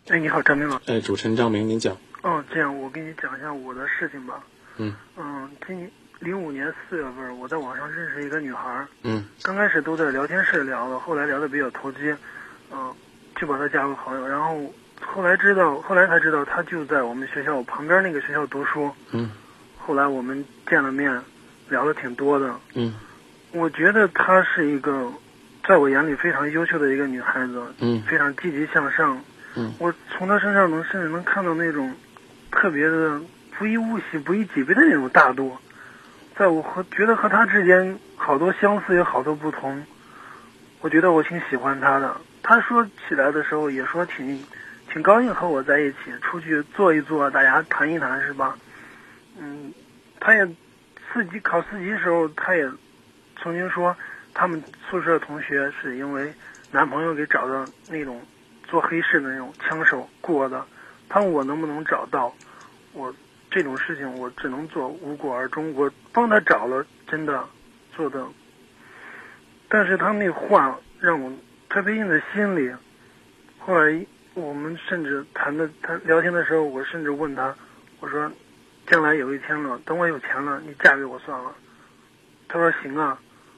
哎，你好，张明老师。 哎，主持人张明，您讲。 这样我跟你讲一下我的事情吧。05年4月份，我在网上认识一个女孩。刚开始都在聊天室聊的，后来聊得比较投机，就把她加为好友。然后后来才知道她就在我们学校旁边那个学校读书。后来我们见了面，聊得挺多的。我觉得她是一个在我眼里非常优秀的一个女孩子。非常积极向上。我从她身上甚至能看到那种特别的不以物喜，不以己悲的那种大度。在我觉得和她之间好多相似，有好多不同。我觉得我挺喜欢她的。她说起来的时候也说挺高兴和我在一起出去坐一坐，大家谈一谈，是吧？她也考四级的时候，她也曾经说他们宿舍同学是因为男朋友给找的那种做黑市的那种枪手过的。他问我能不能找到，我这种事情我只能做无果而终。我帮他找了，真的做的，但是他那话让我特别印在心里。后来我们甚至他聊天的时候，我甚至问他，我说将来有一天了，等我有钱了，你嫁给我算了。他说行啊。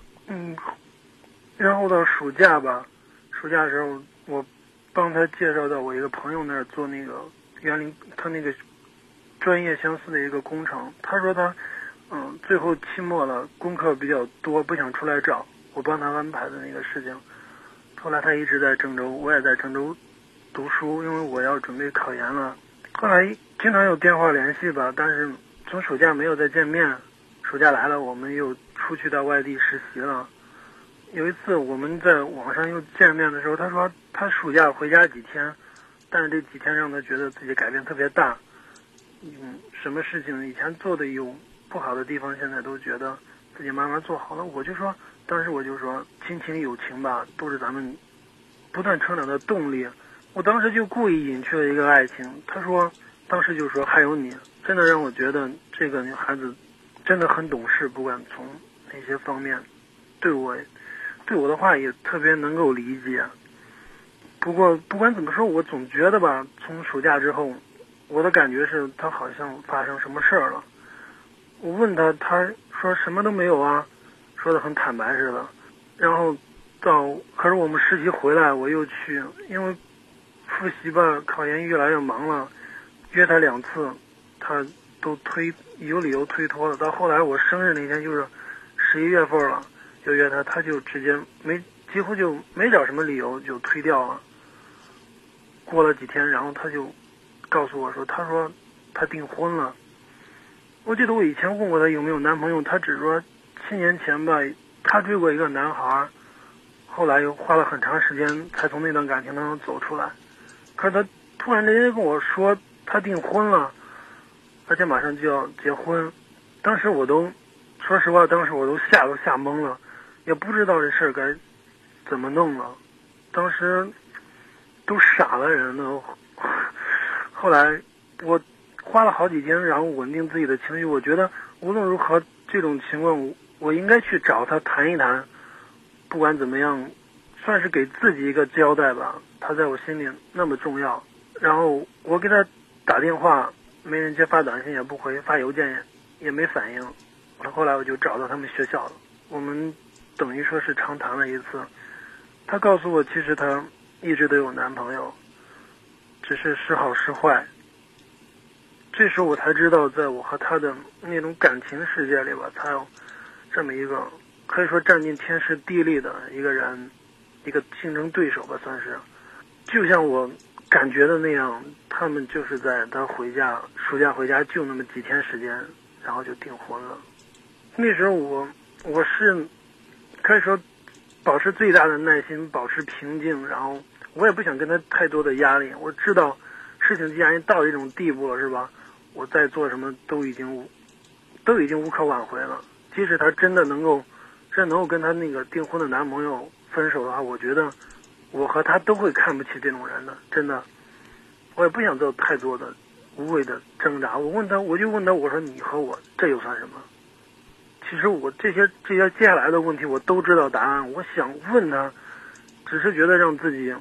然后到暑假的时候，我帮他介绍到我一个朋友那儿做那个他那个专业相似的一个工程。他说他最后期末了，功课比较多，不想出来找，我帮他安排的那个事情。后来他一直在郑州，我也在郑州读书，因为我要准备考研了。后来经常有电话联系吧，但是从暑假没有再见面。暑假来了，我们又出去到外地实习了。有一次我们在网上又见面的时候，他说他暑假回家几天，但是这几天让他觉得自己改变特别大。什么事情以前做的有不好的地方，现在都觉得自己慢慢做好了。当时我就说亲情友情吧，都是咱们不断成长的动力。我当时就故意隐去了一个爱情。他说当时就说还有你，真的让我觉得这个女孩子真的很懂事，不管从哪些方面，对我的话也特别能够理解。不过不管怎么说，我总觉得吧，从暑假之后，我的感觉是他好像发生什么事儿了。我问他，他说什么都没有啊，说得很坦白似的。然后可是我们实习回来，我又去，因为复习吧，考研越来越忙了，约他2次，他都有理由推脱了。到后来我生日那天，就是11月份了，就约他，他就直接几乎就没找什么理由就推掉了。过了几天，然后他就告诉我说，他说他订婚了。我记得我以前问过他有没有男朋友，他只说7年前吧，他追过一个男孩，后来又花了很长时间才从那段感情当中走出来。可是他突然之间跟我说他订婚了，而且马上就要结婚。当时说实话，当时我都吓懵了，也不知道这事儿该怎么弄了。当时都傻了人都。后来我花了好几天，然后稳定自己的情绪。我觉得无论如何这种情况，我应该去找他谈一谈。不管怎么样，算是给自己一个交代吧。他在我心里那么重要。然后我给他打电话没人接，发短信也不回，发邮件也没反应。后来我就找到他们学校了，我们等于说是长谈了一次。他告诉我其实他一直都有男朋友，只是时好时坏。这时候我才知道，在我和他的那种感情世界里吧，他有这么一个可以说占尽天时地利的一个人，一个竞争对手吧，算是。就像我感觉的那样，他们就是在他暑假回家就那么几天时间，然后就订婚了。那时候我是可以说保持最大的耐心，保持平静，然后我也不想跟他太多的压力。我知道事情既然到这种地步了，是吧？我再做什么都已经无可挽回了。即使他真的能够跟他那个订婚的男朋友分手的话，我觉得我和他都会看不起这种人的，真的。我也不想做太多的无谓的挣扎。我就问他，我说你和我这又算什么？其实我这些接下来的问题我都知道答案。我想问他，只是觉得让自己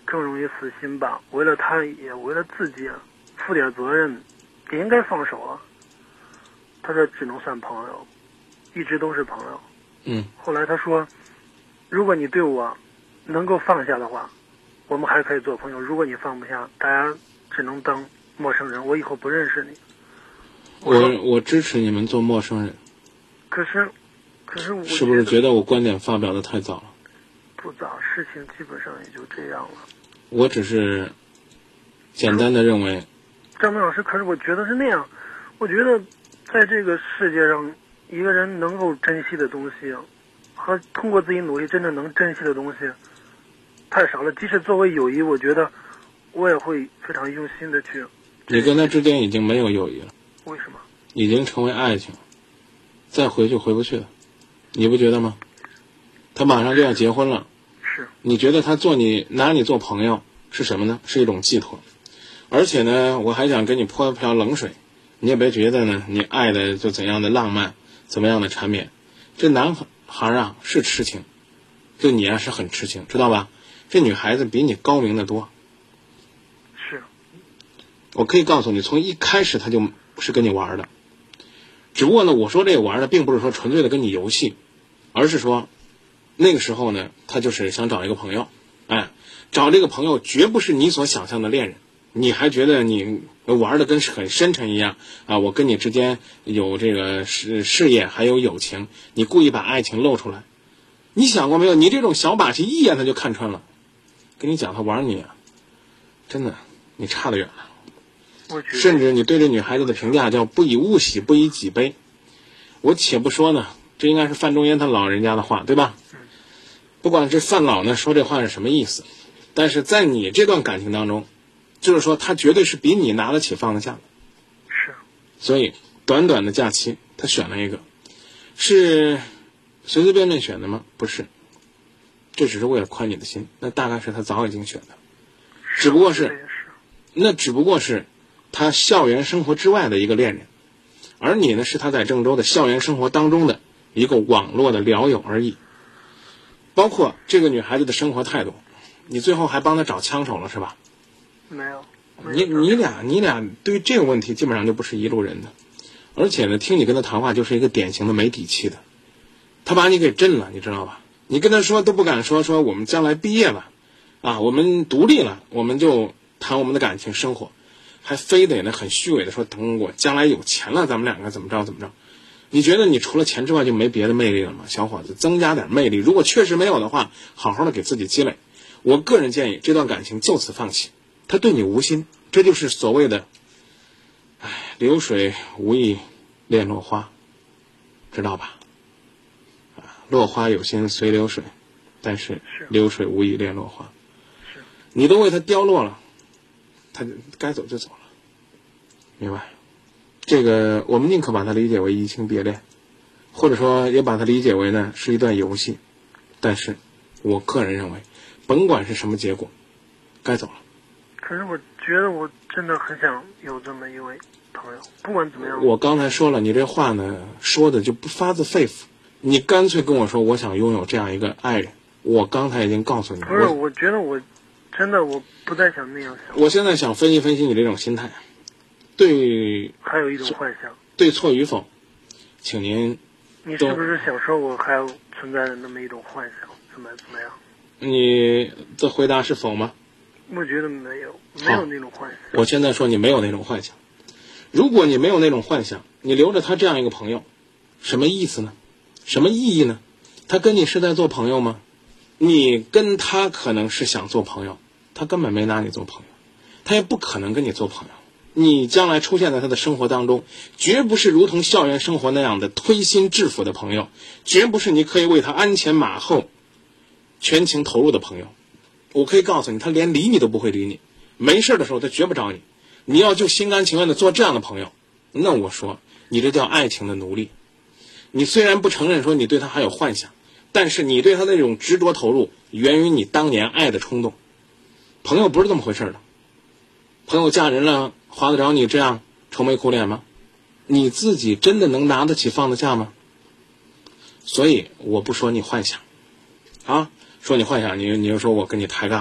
更容易死心吧。为了他也为了自己负点责任，也应该放手啊。他说只能算朋友，一直都是朋友。后来他说，如果你对我能够放下的话，我们还可以做朋友。如果你放不下，大家只能当陌生人，我以后不认识你。 我支持你们做陌生人。可是我是不是觉得我观点发表的太早了？ 不早，事情基本上也就这样了。 我只是简单的认为， 张明老师，可是我觉得是那样。我觉得在这个世界上，一个人能够珍惜的东西，和通过自己努力真的能珍惜的东西太少了。即使作为友谊，我觉得我也会非常用心的去。 你跟他之间已经没有友谊了。 为什么？ 已经成为爱情，再回去回不去了，你不觉得吗？他马上就要结婚了。 是。 你觉得他拿你做朋友是什么呢？是一种寄托。而且呢，我还想给你泼一瓢冷水，你也别觉得呢，你爱的就怎样的浪漫，怎么样的缠绵。这男孩啊是痴情，对你啊是很痴情，知道吧？这女孩子比你高明的多。 是。 我可以告诉你，从一开始他就是跟你玩的。只不过呢，我说这个玩的并不是说纯粹的跟你游戏，而是说那个时候呢，他就是想找一个朋友。找这个朋友绝不是你所想象的恋人，你还觉得你玩的跟很深沉一样啊！我跟你之间有这个事业还有友情，你故意把爱情露出来，你想过没有？你这种小把戏一眼他就看穿了。跟你讲，他玩你啊，真的你差得远了。甚至你对这女孩子的评价叫不以物喜，不以己悲。我且不说呢，这应该是范仲淹他老人家的话，对吧？不管这范老呢说这话是什么意思，但是在你这段感情当中，就是说他绝对是比你拿得起放得下的。 是。 所以短短的假期他选了一个，是随随便便选的吗？不是，这只是为了宽你的心，那大概是他早已经选的，只不过是他校园生活之外的一个恋人，而你呢是他在郑州的校园生活当中的一个网络的聊友而已。包括这个女孩子的生活态度，你最后还帮她找枪手了是吧？ 没有。 你俩对于这个问题基本上就不是一路人的。而且呢，听你跟他谈话就是一个典型的没底气的，他把你给震了，你知道吧？你跟他说都不敢说我们将来毕业了啊，我们独立了，我们就谈我们的感情生活，还非得呢很虚伪的说等我将来有钱了咱们两个怎么着。你觉得你除了钱之外就没别的魅力了吗？小伙子，增加点魅力，如果确实没有的话，好好的给自己积累。我个人建议这段感情就此放弃，他对你无心，这就是所谓的流水无意恋落花，知道吧？落花有心随流水，但是流水无意恋落花。你都为他凋落了，他该走就走了，明白？这个我们宁可把它理解为移情别恋，或者说也把它理解为呢是一段游戏。但是我个人认为，甭管是什么结果，该走了。 可是我觉得我真的很想有这么一位朋友，不管怎么样。 我刚才说了，你这话呢说的就不发自肺腑，你干脆跟我说我想拥有这样一个爱人。我刚才已经告诉你了。 不是，我觉得我真的我不再想那样想。 我现在想分析分析你这种心态， 还有一种幻想， 对错与否，请您。 你是不是想说我还有存在的那么一种幻想，怎么样？ 你的回答是否吗？ 我觉得没有那种幻想。 我现在说你没有那种幻想。如果你没有那种幻想，你留着他这样一个朋友，什么意思呢？什么意义呢？他跟你是在做朋友吗？你跟他可能是想做朋友，他根本没拿你做朋友，他也不可能跟你做朋友。你将来出现在他的生活当中，绝不是如同校园生活那样的推心置腹的朋友，绝不是你可以为他鞍前马后全情投入的朋友。我可以告诉你，他连理你都不会理你，没事的时候他绝不找你。你要就心甘情愿的做这样的朋友，那我说你这叫爱情的奴隶。你虽然不承认说你对他还有幻想，但是你对他那种执着投入源于你当年爱的冲动。朋友不是这么回事的，朋友嫁人了划得着你这样愁眉苦脸吗？你自己真的能拿得起放得下吗？所以我不说你幻想啊，说你幻想，你又说我跟你抬杠，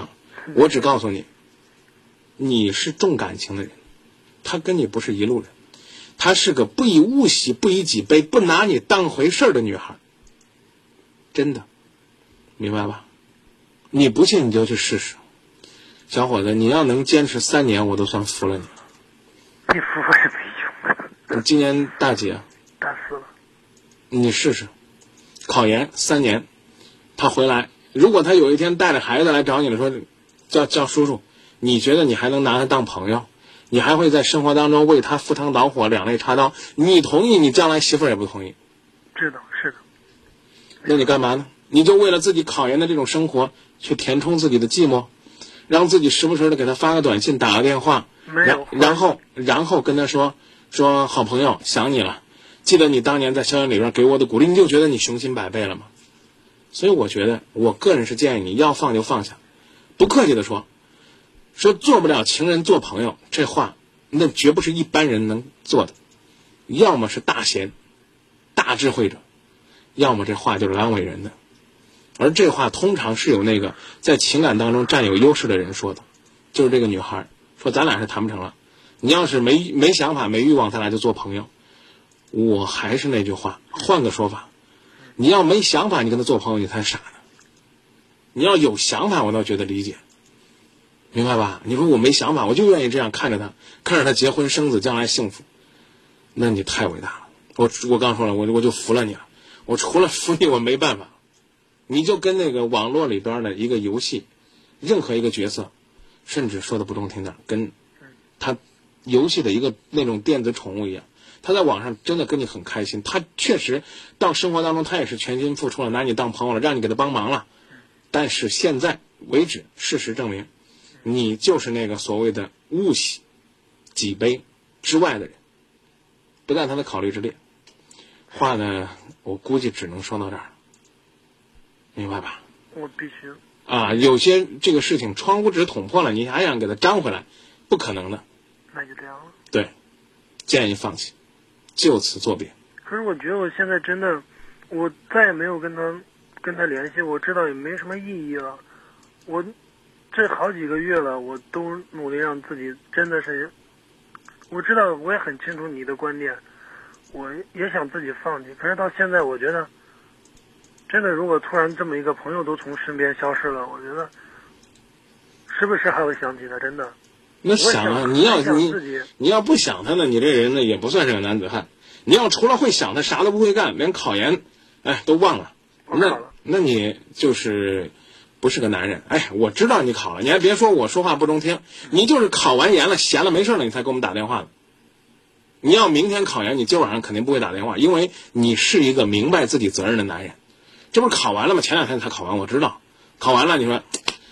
我只告诉你，你是重感情的人，她跟你不是一路人，她是个不以物喜不以己悲，不拿你当回事的女孩，真的，明白吧？你不信你就去试试，小伙子，你要能坚持3年，我都算服了你了。 你服我也没用。 你今年大几啊？ 大4了。 你试试，考研3年，他回来，如果他有一天带着孩子来找你了，说叫叔叔，你觉得你还能拿他当朋友？你还会在生活当中为他赴汤蹈火、两肋插刀？你同意，你将来媳妇儿也不同意。 知道，是的。 那你干嘛呢？你就为了自己考研的这种生活去填充自己的寂寞，让自己时不时的给他发个短信、打个电话，然后跟他说好朋友想你了，记得你当年在校园里边给我的鼓励，你就觉得你雄心百倍了吗？所以我觉得，我个人是建议你要放就放下，不客气的说做不了情人做朋友，这话那绝不是一般人能做的，要么是大贤、大智慧者，要么这话就是安慰人的。而这话通常是有那个在情感当中占有优势的人说的，就是这个女孩说咱俩是谈不成了，你要是没想法没欲望，咱俩就做朋友。我还是那句话，换个说法，你要没想法你跟他做朋友你才傻呢，你要有想法我倒觉得理解，明白吧？你说我没想法，我就愿意这样看着他结婚生子将来幸福，那你太伟大了。我刚说了，我就服了你了，我除了服你我没办法。你就跟那个网络里边的一个游戏，任何一个角色，甚至说的不中听点，跟他游戏的一个那种电子宠物一样，他在网上真的跟你很开心，他确实到生活当中他也是全心付出了，拿你当朋友了，让你给他帮忙了。但是现在为止，事实证明，你就是那个所谓的物喜己悲之外的人，不在他的考虑之列。话呢，我估计只能说到这儿了。明白吧？ 我必须啊！有些这个事情窗户纸捅破了，你还想给它粘回来，不可能的。 那就这样了。对， 建议放弃，就此作别。 可是我觉得我现在真的，我再也没有跟他联系，我知道也没什么意义了。我这好几个月了，我都努力让自己真的是，我知道我也很清楚你的观点，我也想自己放弃。可是到现在，我觉得。真的，如果突然这么一个朋友都从身边消失了，我觉得时不时还会想起他。真的， 那想啊，你要不想他呢，你这人呢也不算是个男子汉。你要除了会想他，啥都不会干，连考研，都忘了，那你就是不是个男人。我知道你考了，你还别说我说话不中听，你就是考完研了，闲了没事了，你才给我们打电话的。你要明天考研，你今晚上肯定不会打电话，因为你是一个明白自己责任的男人。这不是考完了吗？前2天才考完，我知道。考完了，你说，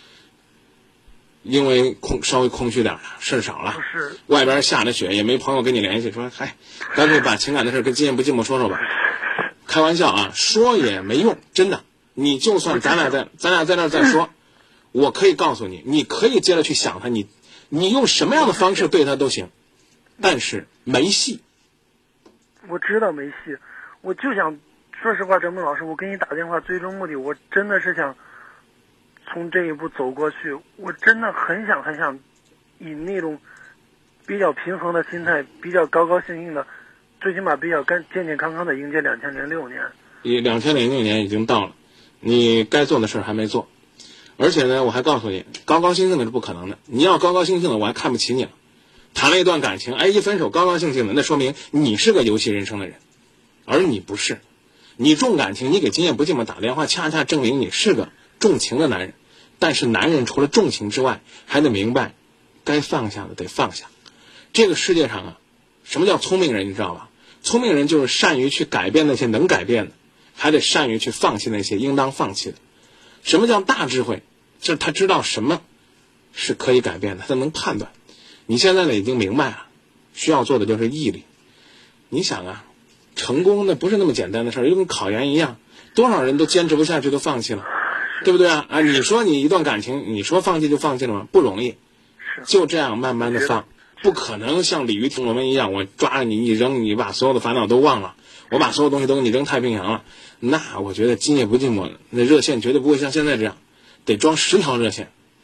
因为稍微空虚点了，事儿少了，外边下着雪，也没朋友跟你联系，说干脆把情感的事跟今夜不寂寞说说吧。开玩笑啊，说也没用，真的。你就算咱俩在那儿再说，我可以告诉你，你可以接着去想他，你用什么样的方式对他都行，但是没戏。 我知道没戏，我就想。说实话，哲梦老师，我给你打电话最终目的，我真的是想从这一步走过去。我真的很想以那种比较平衡的心态，比较高高兴兴的，最起码比较健健康康的迎接2006年。 2006年已经到了，你该做的事还没做，而且呢，我还告诉你，高高兴兴的是不可能的。你要高高兴兴的，我还看不起你了。谈了一段感情，一分手高高兴兴的，那说明你是个游戏人生的人，而你不是。你重感情，你给今夜不寂寞打电话，恰恰证明你是个重情的男人。但是男人除了重情之外，还得明白，该放下的得放下。这个世界上啊，什么叫聪明人，你知道吧？聪明人就是善于去改变那些能改变的，还得善于去放弃那些应当放弃的。什么叫大智慧？就是他知道什么是可以改变的，他能判断。你现在呢已经明白了，需要做的就是毅力。你想啊，成功那不是那么简单的事儿，就跟考研一样，多少人都坚持不下去都放弃了，对不对啊？你说你一段感情，你说放弃就放弃了吗？不容易，就这样慢慢的放，不可能像鲤鱼听龙门一样，我抓着你一扔，你把所有的烦恼都忘了，我把所有东西都给你扔太平洋了。那我觉得今夜不寂寞，那热线绝对不会像现在这样，得装10条热线。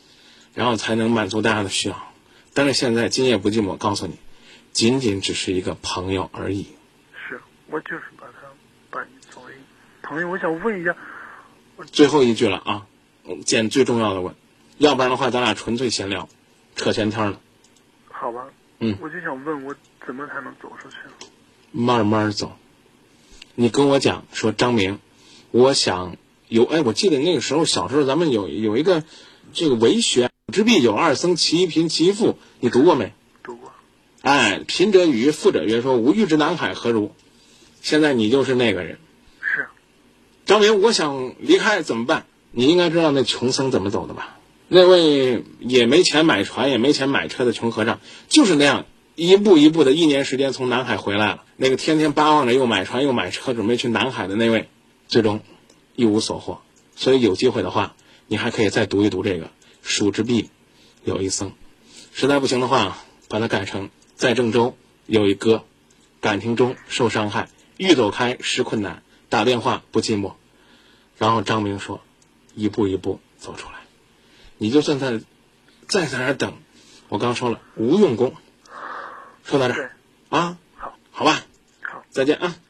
然后才能满足大家的需要。但是现在今夜不寂寞告诉你，仅仅只是一个朋友而已。 是，我就是把你作为朋友。我想问一下， 最后一句了啊，见最重要的问，要不然的话咱俩纯粹闲聊，扯闲天了。 好吧，我就想问，我怎么才能走出去呢？ 慢慢走。你跟我讲说，张明，我想我记得那个时候小时候咱们有一个这个为学，之必有二僧，其一贫其一富，你读过没？ 读过。 贫者语，富者曰，说吾欲之南海何如？现在你就是那个人。 是。 张明，我想离开怎么办？你应该知道那穷僧怎么走的吧？那位也没钱买船也没钱买车的穷和尚，就是那样一步一步的，1年时间从南海回来了。那个天天巴望着又买船又买车准备去南海的那位，最终一无所获。所以有机会的话，你还可以再读一读这个蜀之壁有一僧。实在不行的话，把它改成在郑州有一哥，感情中受伤害，欲走开实困难，打电话不寂寞。然后张明说，一步一步走出来。你就算再在那儿等，我刚说了无用功。说到这儿啊，好吧， 好， 再见啊。